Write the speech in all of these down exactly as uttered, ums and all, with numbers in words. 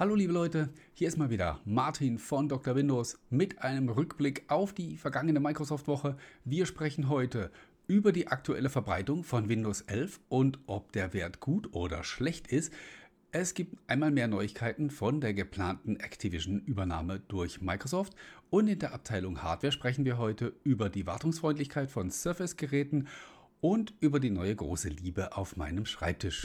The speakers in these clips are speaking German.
Hallo liebe Leute, hier ist mal wieder Martin von Doktor Windows mit einem Rückblick auf die vergangene Microsoft-Woche. Wir sprechen heute über die aktuelle Verbreitung von Windows elf und ob der Wert gut oder schlecht ist. Es gibt einmal mehr Neuigkeiten von der geplanten Activision-Übernahme durch Microsoft und in der Abteilung Hardware sprechen wir heute über die Wartungsfreundlichkeit von Surface-Geräten und über die neue große Liebe auf meinem Schreibtisch.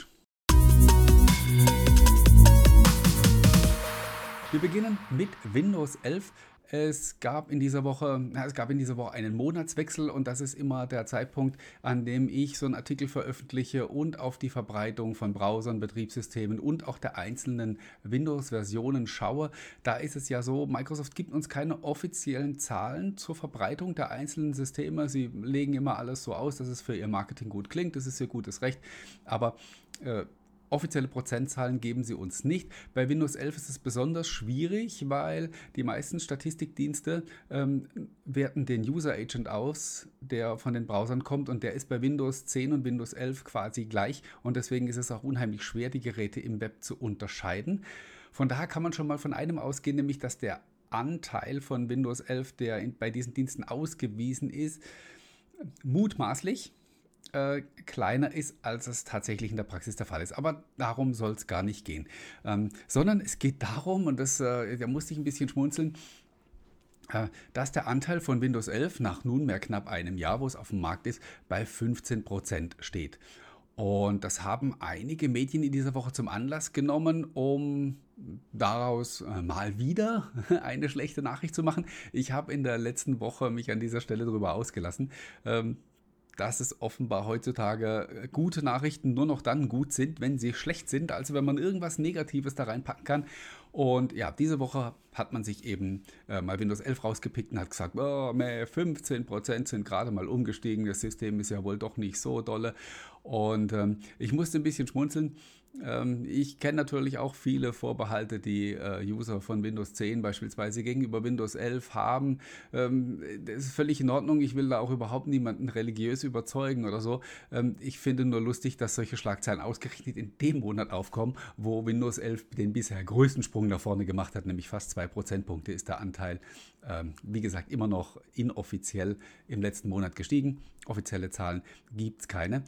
Wir beginnen mit Windows elf. Es gab in dieser Woche, na, es gab in dieser Woche einen Monatswechsel und das ist immer der Zeitpunkt, an dem ich so einen Artikel veröffentliche und auf die Verbreitung von Browsern, Betriebssystemen und auch der einzelnen Windows-Versionen schaue. Da ist es ja so, Microsoft gibt uns keine offiziellen Zahlen zur Verbreitung der einzelnen Systeme. Sie legen immer alles so aus, dass es für ihr Marketing gut klingt. Das ist ihr gutes Recht, aber äh, offizielle Prozentzahlen geben sie uns nicht. Bei Windows elf ist es besonders schwierig, weil die meisten Statistikdienste ähm, werten den User Agent aus, der von den Browsern kommt und der ist bei Windows zehn und Windows elf quasi gleich und deswegen ist es auch unheimlich schwer, die Geräte im Web zu unterscheiden. Von daher kann man schon mal von einem ausgehen, nämlich dass der Anteil von Windows elf, der in, bei diesen Diensten ausgewiesen ist, mutmaßlich Äh, kleiner ist, als es tatsächlich in der Praxis der Fall ist. Aber darum soll es gar nicht gehen. Ähm, sondern es geht darum, und das, äh, da musste ich ein bisschen schmunzeln, äh, dass der Anteil von Windows elf nach nunmehr knapp einem Jahr, wo es auf dem Markt ist, bei fünfzehn Prozent steht. Und das haben einige Medien in dieser Woche zum Anlass genommen, um daraus äh, mal wieder eine schlechte Nachricht zu machen. Ich habe in der letzten Woche mich an dieser Stelle darüber ausgelassen. Ähm, dass es offenbar heutzutage gute Nachrichten nur noch dann gut sind, wenn sie schlecht sind, also wenn man irgendwas Negatives da reinpacken kann. Und ja, diese Woche hat man sich eben äh, mal Windows elf rausgepickt und hat gesagt, oh, fünfzehn Prozent sind gerade mal umgestiegen, das System ist ja wohl doch nicht so dolle. Und ähm, ich musste ein bisschen schmunzeln. Ähm, ich kenne natürlich auch viele Vorbehalte, die äh, User von Windows zehn beispielsweise gegenüber Windows elf haben. Ähm, das ist völlig in Ordnung. Ich will da auch überhaupt niemanden religiös überzeugen oder so. Ähm, ich finde nur lustig, dass solche Schlagzeilen ausgerechnet in dem Monat aufkommen, wo Windows elf den bisher größten Sprung nach vorne gemacht hat, nämlich fast zwei Prozentpunkte ist der Anteil, ähm, wie gesagt, immer noch inoffiziell im letzten Monat gestiegen. Offizielle Zahlen gibt es keine.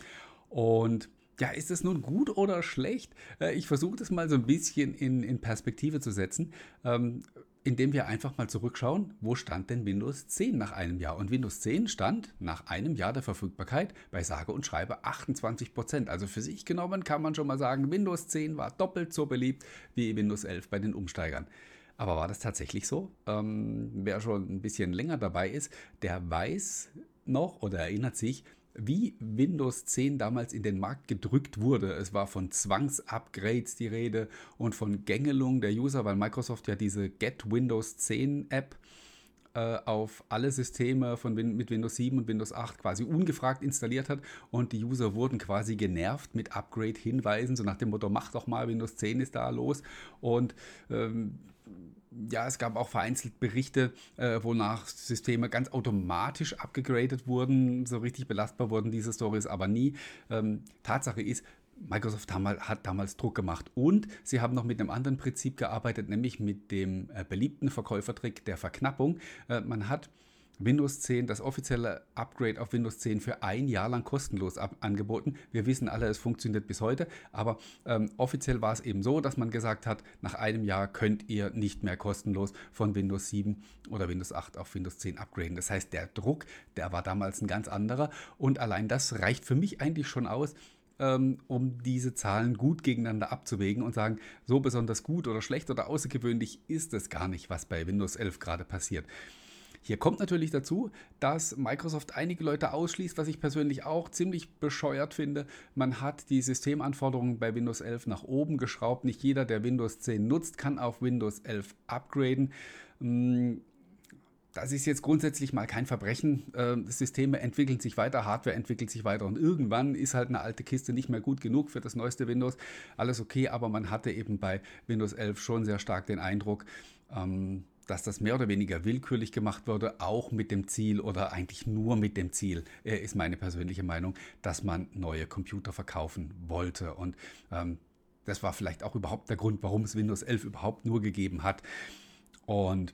Und ja, ist es nun gut oder schlecht? Äh, ich versuche das mal so ein bisschen in, in Perspektive zu setzen, ähm, indem wir einfach mal zurückschauen, wo stand denn Windows zehn nach einem Jahr? Und Windows zehn stand nach einem Jahr der Verfügbarkeit bei sage und schreibe achtundzwanzig Prozent. Also für sich genommen kann man schon mal sagen, Windows zehn war doppelt so beliebt wie Windows elf bei den Umsteigern. Aber war das tatsächlich so? Ähm, wer schon ein bisschen länger dabei ist, der weiß noch oder erinnert sich, wie Windows zehn damals in den Markt gedrückt wurde. Es war von Zwangsupgrades die Rede und von Gängelung der User, weil Microsoft ja diese Get Windows zehn App äh, auf alle Systeme von Win- mit Windows sieben und Windows acht quasi ungefragt installiert hat und die User wurden quasi genervt mit Upgrade-Hinweisen, so nach dem Motto, mach doch mal, Windows zehn ist da los und ähm, ja, es gab auch vereinzelt Berichte, äh, wonach Systeme ganz automatisch abgegradet wurden, so richtig belastbar wurden diese Stories aber nie. Ähm, Tatsache ist, Microsoft hat damals Druck gemacht und sie haben noch mit einem anderen Prinzip gearbeitet, nämlich mit dem äh, beliebten Verkäufertrick der Verknappung. Äh, man hat Windows zehn, das offizielle Upgrade auf Windows zehn für ein Jahr lang kostenlos ab- angeboten. Wir wissen alle, es funktioniert bis heute, aber ähm, offiziell war es eben so, dass man gesagt hat, nach einem Jahr könnt ihr nicht mehr kostenlos von Windows sieben oder Windows acht auf Windows zehn upgraden. Das heißt, der Druck, der war damals ein ganz anderer und allein das reicht für mich eigentlich schon aus, ähm, um diese Zahlen gut gegeneinander abzuwägen und sagen, so besonders gut oder schlecht oder außergewöhnlich ist es gar nicht, was bei Windows elf gerade passiert. Hier kommt natürlich dazu, dass Microsoft einige Leute ausschließt, was ich persönlich auch ziemlich bescheuert finde. Man hat die Systemanforderungen bei Windows elf nach oben geschraubt. Nicht jeder, der Windows zehn nutzt, kann auf Windows elf upgraden. Das ist jetzt grundsätzlich mal kein Verbrechen. Systeme entwickeln sich weiter, Hardware entwickelt sich weiter und irgendwann ist halt eine alte Kiste nicht mehr gut genug für das neueste Windows. Alles okay, aber man hatte eben bei Windows elf schon sehr stark den Eindruck, dass das mehr oder weniger willkürlich gemacht wurde, auch mit dem Ziel oder eigentlich nur mit dem Ziel, äh, ist meine persönliche Meinung, dass man neue Computer verkaufen wollte. Und ähm, Das war vielleicht auch überhaupt der Grund, warum es Windows elf überhaupt nur gegeben hat. Und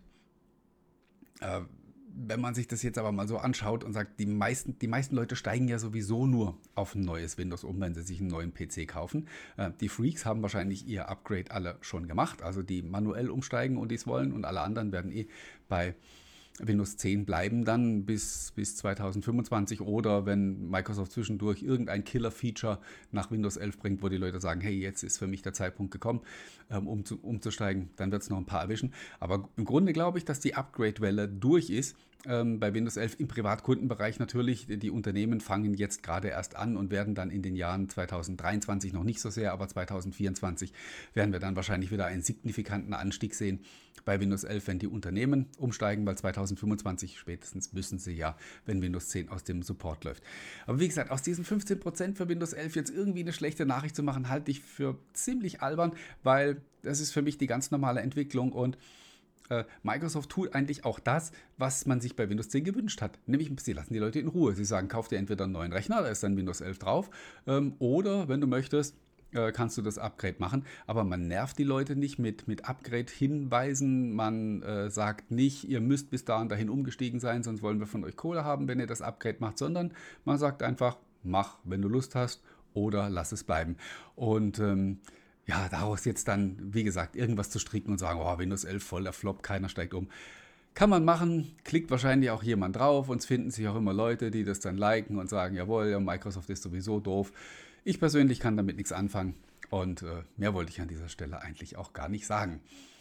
äh, wenn man sich das jetzt aber mal so anschaut und sagt, die meisten, die meisten Leute steigen ja sowieso nur auf ein neues Windows um, wenn sie sich einen neuen P C kaufen. Äh, die Freaks haben wahrscheinlich ihr Upgrade alle schon gemacht, also die manuell umsteigen und die es wollen, und alle anderen werden eh bei Windows zehn bleiben dann bis, bis zwanzig fünfundzwanzig, oder wenn Microsoft zwischendurch irgendein Killer-Feature nach Windows elf bringt, wo die Leute sagen, hey, jetzt ist für mich der Zeitpunkt gekommen, ähm, um zu, umzusteigen, dann wird es noch ein paar erwischen. Aber im Grunde glaube ich, dass die Upgrade-Welle durch ist. Ähm, bei Windows elf im Privatkundenbereich natürlich. Die Unternehmen fangen jetzt gerade erst an und werden dann in den Jahren zwanzig dreiundzwanzig noch nicht so sehr, aber zwanzig vierundzwanzig werden wir dann wahrscheinlich wieder einen signifikanten Anstieg sehen bei Windows elf, wenn die Unternehmen umsteigen, weil zwanzig fünfundzwanzig spätestens müssen sie ja, wenn Windows zehn aus dem Support läuft. Aber wie gesagt, aus diesen fünfzehn Prozent für Windows elf jetzt irgendwie eine schlechte Nachricht zu machen, halte ich für ziemlich albern, weil das ist für mich die ganz normale Entwicklung, und Microsoft tut eigentlich auch das, was man sich bei Windows zehn gewünscht hat. Nämlich, sie lassen die Leute in Ruhe. Sie sagen, kauf dir entweder einen neuen Rechner, da ist dann Windows elf drauf, ähm, oder wenn du möchtest, äh, kannst du das Upgrade machen. Aber man nervt die Leute nicht mit, mit Upgrade-Hinweisen. Man äh, sagt nicht, ihr müsst bis dahin dahin umgestiegen sein, sonst wollen wir von euch Kohle haben, wenn ihr das Upgrade macht, sondern man sagt einfach, mach, wenn du Lust hast, oder lass es bleiben. Und ähm, ja, daraus jetzt dann, wie gesagt, irgendwas zu stricken und sagen, oh, Windows elf voll der Flop, keiner steigt um. Kann man machen, klickt wahrscheinlich auch jemand drauf, und es finden sich auch immer Leute, die das dann liken und sagen, jawohl, ja, Microsoft ist sowieso doof. Ich persönlich kann damit nichts anfangen, und äh, mehr wollte ich an dieser Stelle eigentlich auch gar nicht sagen.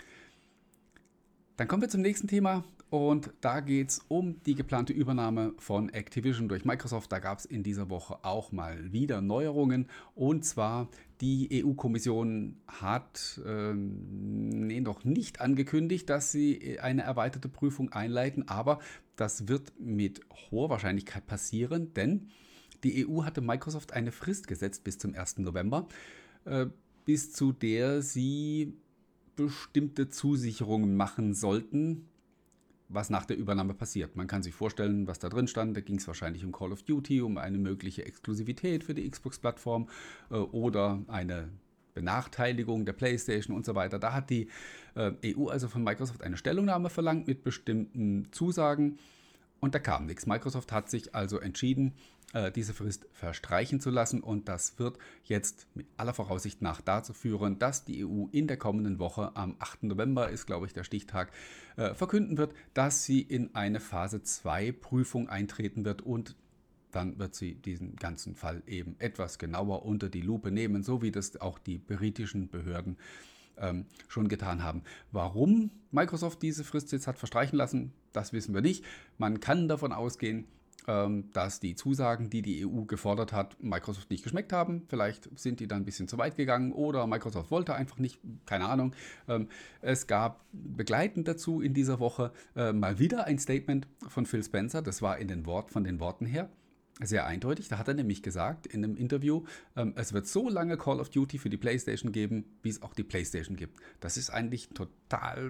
Dann kommen wir zum nächsten Thema, und da geht es um die geplante Übernahme von Activision durch Microsoft. Da gab es in dieser Woche auch mal wieder Neuerungen, und zwar die E U-Kommission hat ähm, nee, noch nicht angekündigt, dass sie eine erweiterte Prüfung einleiten, aber das wird mit hoher Wahrscheinlichkeit passieren, denn die E U hatte Microsoft eine Frist gesetzt bis zum ersten November, äh, bis zu der sie bestimmte Zusicherungen machen sollten, was nach der Übernahme passiert. Man kann sich vorstellen, was da drin stand. Da ging es wahrscheinlich um Call of Duty, um eine mögliche Exklusivität für die Xbox-Plattform äh, oder eine Benachteiligung der PlayStation und so weiter. Da hat die äh, E U also von Microsoft eine Stellungnahme verlangt mit bestimmten Zusagen, und da kam nichts. Microsoft hat sich also entschieden, äh, diese Frist verstreichen zu lassen, und das wird jetzt mit aller Voraussicht nach dazu führen, dass die E U in der kommenden Woche, am achten November ist, glaube ich, der Stichtag, äh, verkünden wird, dass sie in eine Phase zwei Prüfung eintreten wird, und dann wird sie diesen ganzen Fall eben etwas genauer unter die Lupe nehmen, so wie das auch die britischen Behörden ähm, schon getan haben. Warum Microsoft diese Frist jetzt hat verstreichen lassen, das wissen wir nicht. Man kann davon ausgehen, ähm, dass die Zusagen, die die E U gefordert hat, Microsoft nicht geschmeckt haben. Vielleicht sind die dann ein bisschen zu weit gegangen, oder Microsoft wollte einfach nicht, keine Ahnung. Ähm, es gab begleitend dazu in dieser Woche äh, mal wieder ein Statement von Phil Spencer. Das war in den Wort, von den Worten her sehr eindeutig. Da hat er nämlich gesagt in einem Interview, ähm, es wird so lange Call of Duty für die PlayStation geben, wie es auch die PlayStation gibt. Das ist eigentlich total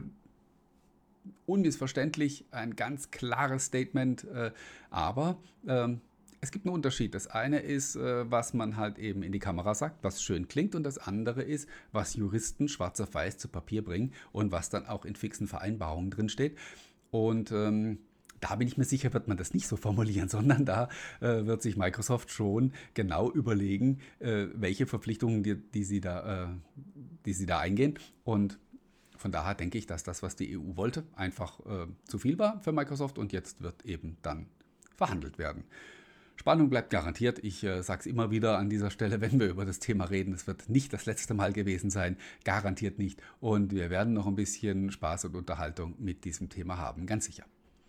unmissverständlich, ein ganz klares Statement, äh, aber ähm, es gibt einen Unterschied. Das eine ist, äh, was man halt eben in die Kamera sagt, was schön klingt, und das andere ist, was Juristen schwarz auf weiß zu Papier bringen und was dann auch in fixen Vereinbarungen drinsteht. Und ähm, da bin ich mir sicher, wird man das nicht so formulieren, sondern da äh, wird sich Microsoft schon genau überlegen, äh, welche Verpflichtungen die, die, sie da, äh, die sie da eingehen. Und von daher denke ich, dass das, was die E U wollte, einfach äh, zu viel war für Microsoft, und jetzt wird eben dann verhandelt werden. Spannung bleibt garantiert. Ich äh, sage es immer wieder an dieser Stelle, wenn wir über das Thema reden. Es wird nicht das letzte Mal gewesen sein, garantiert nicht. Und wir werden noch ein bisschen Spaß und Unterhaltung mit diesem Thema haben, ganz sicher.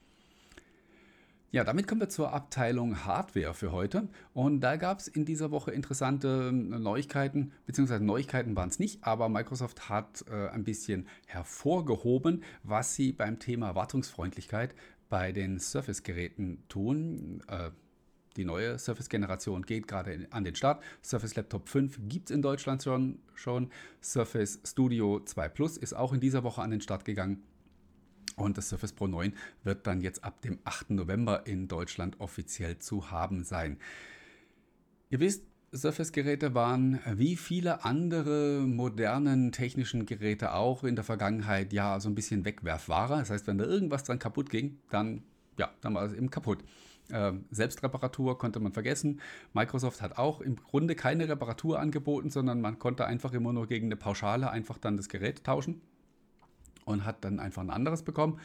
Ja, damit kommen wir zur Abteilung Hardware für heute, und da gab es in dieser Woche interessante Neuigkeiten, beziehungsweise Neuigkeiten waren es nicht, aber Microsoft hat äh, ein bisschen hervorgehoben, was sie beim Thema Wartungsfreundlichkeit bei den Surface-Geräten tun. Äh, die neue Surface-Generation geht gerade an den Start. Surface Laptop fünf gibt es in Deutschland schon, schon. Surface Studio zwei Plus ist auch in dieser Woche an den Start gegangen. Und das Surface Pro neun wird dann jetzt ab dem achten November in Deutschland offiziell zu haben sein. Ihr wisst, Surface-Geräte waren wie viele andere modernen technischen Geräte auch in der Vergangenheit ja so ein bisschen Wegwerfware. Das heißt, wenn da irgendwas dran kaputt ging, dann, ja, dann war es eben kaputt. Ähm, Selbstreparatur konnte man vergessen. Microsoft hat auch im Grunde keine Reparatur angeboten, sondern man konnte einfach immer nur gegen eine Pauschale einfach dann das Gerät tauschen und hat dann einfach ein anderes bekommen.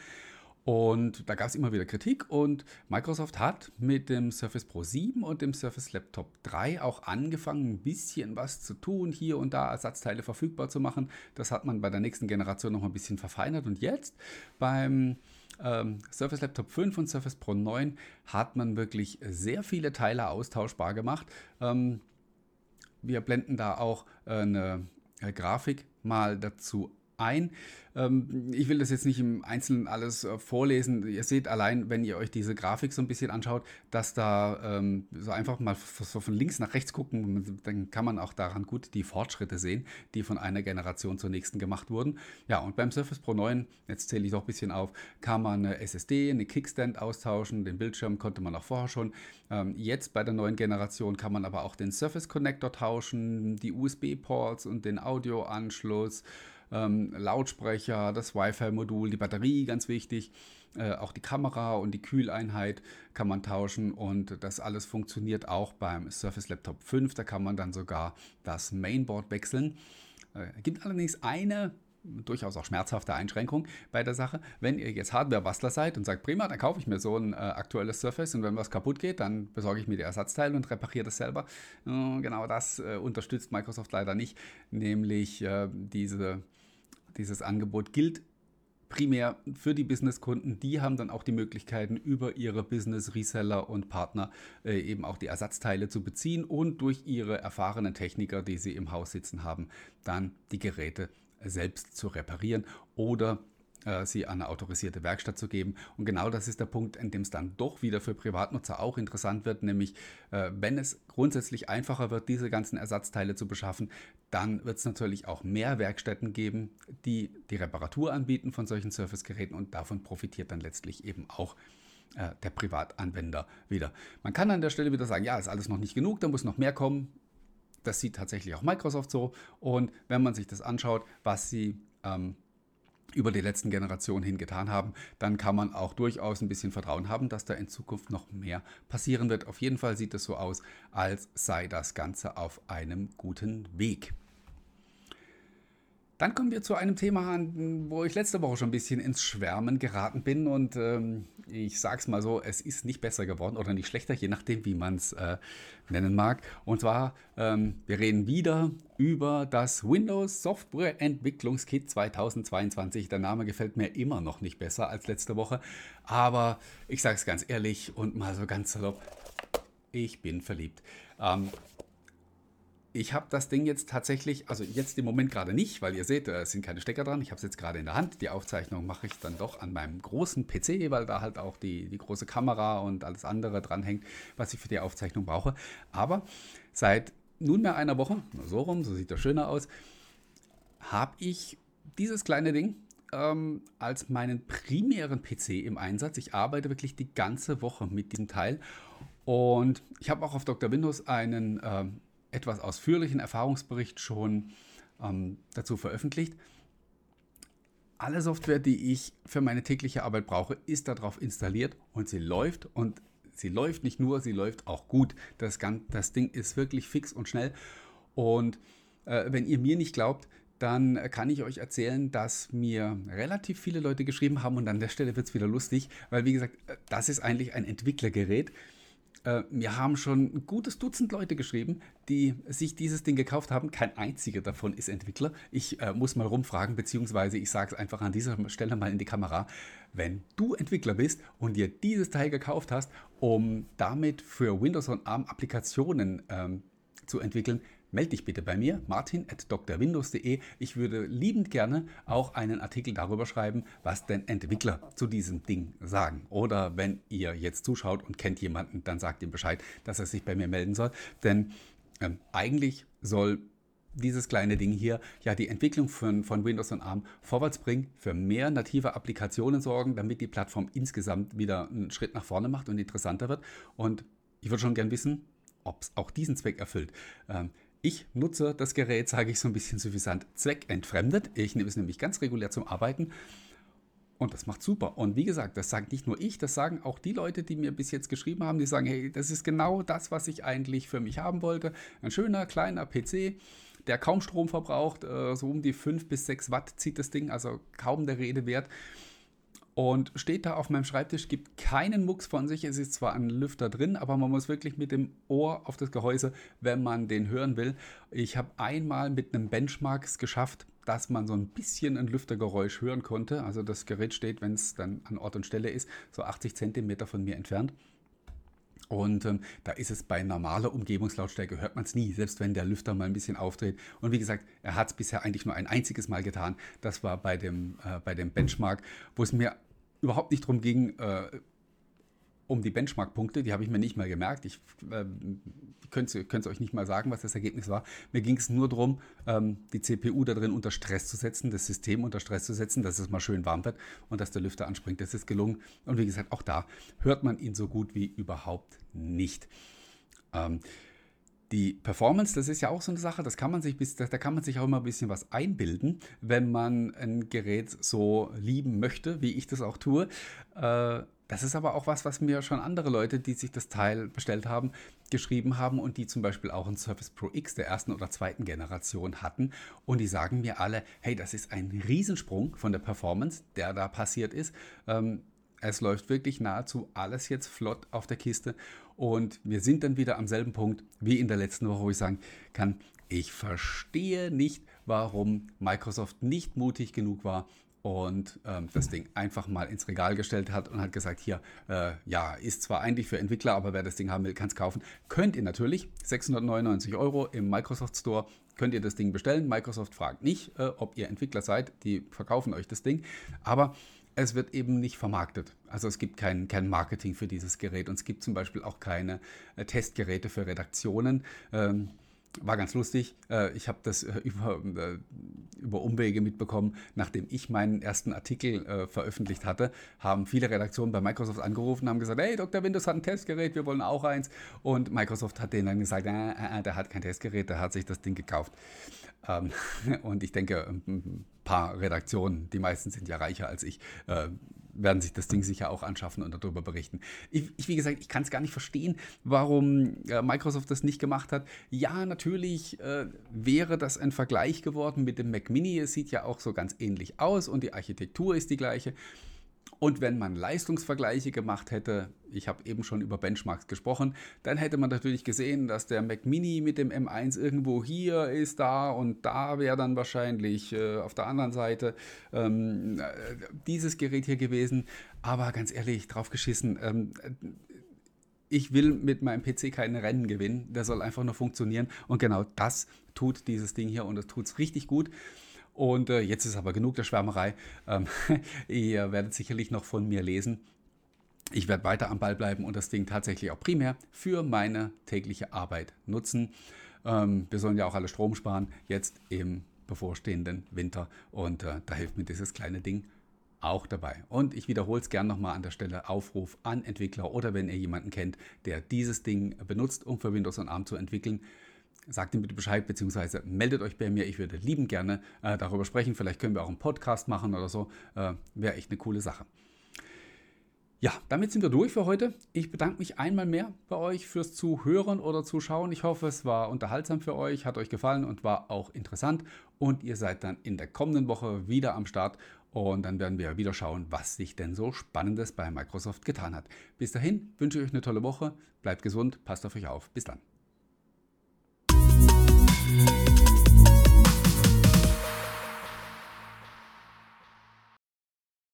Und da gab es immer wieder Kritik und Microsoft hat mit dem Surface Pro sieben und dem Surface Laptop drei auch angefangen, ein bisschen was zu tun, hier und da Ersatzteile verfügbar zu machen. Das hat man bei der nächsten Generation noch mal ein bisschen verfeinert und jetzt beim ähm, Surface Laptop fünf und Surface Pro neun hat man wirklich sehr viele Teile austauschbar gemacht. Ähm, wir blenden da auch äh, eine äh, Grafik mal dazu ein. Ähm, ich will das jetzt nicht im Einzelnen alles äh, vorlesen. Ihr seht allein, wenn ihr euch diese Grafik so ein bisschen anschaut, dass da ähm, so einfach mal f- so von links nach rechts gucken, dann kann man auch daran gut die Fortschritte sehen, die von einer Generation zur nächsten gemacht wurden. Ja, und beim Surface Pro neun, jetzt zähle ich doch ein bisschen auf, kann man eine S S D, eine Kickstand austauschen, den Bildschirm konnte man auch vorher schon. Ähm, jetzt bei der neuen Generation kann man aber auch den Surface Connector tauschen, die U S B-Ports und den Audioanschluss. Ähm, Lautsprecher, das Wi-Fi-Modul, die Batterie, ganz wichtig, äh, auch die Kamera und die Kühleinheit kann man tauschen und das alles funktioniert auch beim Surface Laptop fünf. Da kann man dann sogar das Mainboard wechseln. Es äh, gibt allerdings eine durchaus auch schmerzhafte Einschränkung bei der Sache. Wenn ihr jetzt Hardware-Bastler seid und sagt, prima, dann kaufe ich mir so ein äh, aktuelles Surface und wenn was kaputt geht, dann besorge ich mir die Ersatzteile und repariere das selber. Äh, genau das äh, unterstützt Microsoft leider nicht, nämlich äh, diese dieses Angebot gilt primär für die Businesskunden. Die haben dann auch die Möglichkeiten, über ihre Business-Reseller und Partner äh, eben auch die Ersatzteile zu beziehen und durch ihre erfahrenen Techniker, die sie im Haus sitzen haben, dann die Geräte selbst zu reparieren oder äh, sie an eine autorisierte Werkstatt zu geben. Und genau das ist der Punkt, in dem es dann doch wieder für Privatnutzer auch interessant wird, nämlich äh, wenn es grundsätzlich einfacher wird, diese ganzen Ersatzteile zu beschaffen, dann wird es natürlich auch mehr Werkstätten geben, die die Reparatur anbieten von solchen Surface-Geräten und davon profitiert dann letztlich eben auch äh, der Privatanwender wieder. Man kann an der Stelle wieder sagen, ja, ist alles noch nicht genug, da muss noch mehr kommen. Das sieht tatsächlich auch Microsoft so. Und wenn man sich das anschaut, was sie ähm, über die letzten Generationen hin getan haben, dann kann man auch durchaus ein bisschen Vertrauen haben, dass da in Zukunft noch mehr passieren wird. Auf jeden Fall sieht es so aus, als sei das Ganze auf einem guten Weg. Dann kommen wir zu einem Thema, wo ich letzte Woche schon ein bisschen ins Schwärmen geraten bin und ähm, ich sage es mal so, es ist nicht besser geworden oder nicht schlechter, je nachdem, wie man es äh, nennen mag. Und zwar, ähm, wir reden wieder über das Windows Software Entwicklungskit zweitausendzweiundzwanzig. Der Name gefällt mir immer noch nicht besser als letzte Woche, aber ich sage es ganz ehrlich und mal so ganz salopp, ich bin verliebt. Ähm, Ich habe das Ding jetzt tatsächlich, also jetzt im Moment gerade nicht, weil ihr seht, es sind keine Stecker dran. Ich habe es jetzt gerade in der Hand. Die Aufzeichnung mache ich dann doch an meinem großen P C, weil da halt auch die, die große Kamera und alles andere dranhängt, was ich für die Aufzeichnung brauche. Aber seit nunmehr einer Woche, so rum, so sieht das schöner aus, habe ich dieses kleine Ding ähm, als meinen primären P C im Einsatz. Ich arbeite wirklich die ganze Woche mit diesem Teil und ich habe auch auf Doktor Windows einen ähm, etwas ausführlichen Erfahrungsbericht schon ähm, dazu veröffentlicht. Alle Software, die ich für meine tägliche Arbeit brauche, ist darauf installiert und sie läuft und sie läuft nicht nur, sie läuft auch gut. Das, das Ding ist wirklich fix und schnell und äh, wenn ihr mir nicht glaubt, dann kann ich euch erzählen, dass mir relativ viele Leute geschrieben haben und an der Stelle wird es wieder lustig, weil wie gesagt, das ist eigentlich ein Entwicklergerät. Äh, Mir haben schon ein gutes Dutzend Leute geschrieben, die sich dieses Ding gekauft haben. Kein einziger davon ist Entwickler. Ich äh, muss mal rumfragen, beziehungsweise ich sage es einfach an dieser Stelle mal in die Kamera. Wenn du Entwickler bist und dir dieses Teil gekauft hast, um damit für Windows und ARM Applikationen ähm, zu entwickeln, melde dich bitte bei mir, martin at d r windows punkt de. Ich würde liebend gerne auch einen Artikel darüber schreiben, was denn Entwickler zu diesem Ding sagen. Oder wenn ihr jetzt zuschaut und kennt jemanden, dann sagt ihm Bescheid, dass er sich bei mir melden soll. Denn ähm, eigentlich soll dieses kleine Ding hier ja die Entwicklung von, von Windows und ARM vorwärts bringen, für mehr native Applikationen sorgen, damit die Plattform insgesamt wieder einen Schritt nach vorne macht und interessanter wird. Und ich würde schon gern wissen, ob es auch diesen Zweck erfüllt. Ähm, ich nutze das Gerät, sage ich so ein bisschen suffisant, zweckentfremdet. Ich nehme es nämlich ganz regulär zum Arbeiten. Und das macht super. Und wie gesagt, das sagt nicht nur ich, das sagen auch die Leute, die mir bis jetzt geschrieben haben, die sagen, hey, das ist genau das, was ich eigentlich für mich haben wollte. Ein schöner, kleiner P C, der kaum Strom verbraucht, äh, so um die fünf bis sechs Watt zieht das Ding, also kaum der Rede wert. Und steht da auf meinem Schreibtisch, gibt keinen Mucks von sich. Es ist zwar ein Lüfter drin, aber man muss wirklich mit dem Ohr auf das Gehäuse, wenn man den hören will. Ich habe einmal mit einem Benchmark es geschafft, dass man so ein bisschen ein Lüftergeräusch hören konnte. Also das Gerät steht, wenn es dann an Ort und Stelle ist, so achtzig Zentimeter von mir entfernt. Und ähm, da ist es bei normaler Umgebungslautstärke, hört man es nie, selbst wenn der Lüfter mal ein bisschen aufdreht. Und wie gesagt, er hat es bisher eigentlich nur ein einziges Mal getan. Das war bei dem, äh, bei dem Benchmark, wo es mir überhaupt nicht darum ging, äh, um die Benchmark-Punkte, die habe ich mir nicht mal gemerkt. Ich äh, könnte es euch nicht mal sagen, was das Ergebnis war. Mir ging es nur darum, ähm, die C P U da drin unter Stress zu setzen, das System unter Stress zu setzen, dass es mal schön warm wird und dass der Lüfter anspringt. Das ist gelungen. Und wie gesagt, auch da hört man ihn so gut wie überhaupt nicht. Ähm, Die Performance, das ist ja auch so eine Sache, das kann man sich bis, da kann man sich auch immer ein bisschen was einbilden, wenn man ein Gerät so lieben möchte, wie ich das auch tue. Äh, das ist aber auch was, was mir schon andere Leute, die sich das Teil bestellt haben, geschrieben haben und die zum Beispiel auch ein Surface Pro X der ersten oder zweiten Generation hatten. Und die sagen mir alle, hey, das ist ein Riesensprung von der Performance, der da passiert ist. Ähm, Es läuft wirklich nahezu alles jetzt flott auf der Kiste und wir sind dann wieder am selben Punkt wie in der letzten Woche, wo ich sagen kann, ich verstehe nicht, warum Microsoft nicht mutig genug war und ähm, das Ding einfach mal ins Regal gestellt hat und hat gesagt, hier, äh, ja, ist zwar eigentlich für Entwickler, aber wer das Ding haben will, kann es kaufen. Könnt ihr natürlich, sechshundertneunundneunzig Euro im Microsoft Store, könnt ihr das Ding bestellen. Microsoft fragt nicht, äh, ob ihr Entwickler seid, die verkaufen euch das Ding, aber es wird eben nicht vermarktet. Also es gibt kein, kein Marketing für dieses Gerät und es gibt zum Beispiel auch keine äh, Testgeräte für Redaktionen. Ähm, war ganz lustig. Äh, ich habe das äh, über, äh, über Umwege mitbekommen. Nachdem ich meinen ersten Artikel äh, veröffentlicht hatte, haben viele Redaktionen bei Microsoft angerufen und haben gesagt, hey, Doktor Windows hat ein Testgerät, wir wollen auch eins. Und Microsoft hat denen dann gesagt, äh, äh, der hat kein Testgerät, der hat sich das Ding gekauft. Ähm, und ich denke, ein paar Redaktionen, die meisten sind ja reicher als ich, äh, werden sich das Ding sicher auch anschaffen und darüber berichten. Ich, ich wie gesagt, ich kann es gar nicht verstehen, warum äh, Microsoft das nicht gemacht hat. Ja, natürlich äh, wäre das ein Vergleich geworden mit dem Mac Mini. Es sieht ja auch so ganz ähnlich aus und die Architektur ist die gleiche. Und wenn man Leistungsvergleiche gemacht hätte, ich habe eben schon über Benchmarks gesprochen, dann hätte man natürlich gesehen, dass der Mac Mini mit dem M eins irgendwo hier ist, da und da wäre dann wahrscheinlich äh, auf der anderen Seite ähm, äh, dieses Gerät hier gewesen. Aber ganz ehrlich, drauf geschissen, ähm, ich will mit meinem P C keine Rennen gewinnen, der soll einfach nur funktionieren und genau das tut dieses Ding hier und das tut es richtig gut. Und äh, jetzt ist aber genug der Schwärmerei. Ähm, ihr werdet sicherlich noch von mir lesen. Ich werde weiter am Ball bleiben und das Ding tatsächlich auch primär für meine tägliche Arbeit nutzen. Ähm, wir sollen ja auch alle Strom sparen, jetzt im bevorstehenden Winter. Und äh, da hilft mir dieses kleine Ding auch dabei. Und ich wiederhole es gerne nochmal an der Stelle, Aufruf an Entwickler oder wenn ihr jemanden kennt, der dieses Ding benutzt, um für Windows und ARM zu entwickeln, sagt ihm bitte Bescheid, beziehungsweise meldet euch bei mir. Ich würde liebend gerne äh, darüber sprechen. Vielleicht können wir auch einen Podcast machen oder so. Äh, Wäre echt eine coole Sache. Ja, damit sind wir durch für heute. Ich bedanke mich einmal mehr bei euch fürs Zuhören oder Zuschauen. Ich hoffe, es war unterhaltsam für euch, hat euch gefallen und war auch interessant. Und ihr seid dann in der kommenden Woche wieder am Start. Und dann werden wir wieder schauen, was sich denn so Spannendes bei Microsoft getan hat. Bis dahin wünsche ich euch eine tolle Woche. Bleibt gesund, passt auf euch auf. Bis dann. Thank you.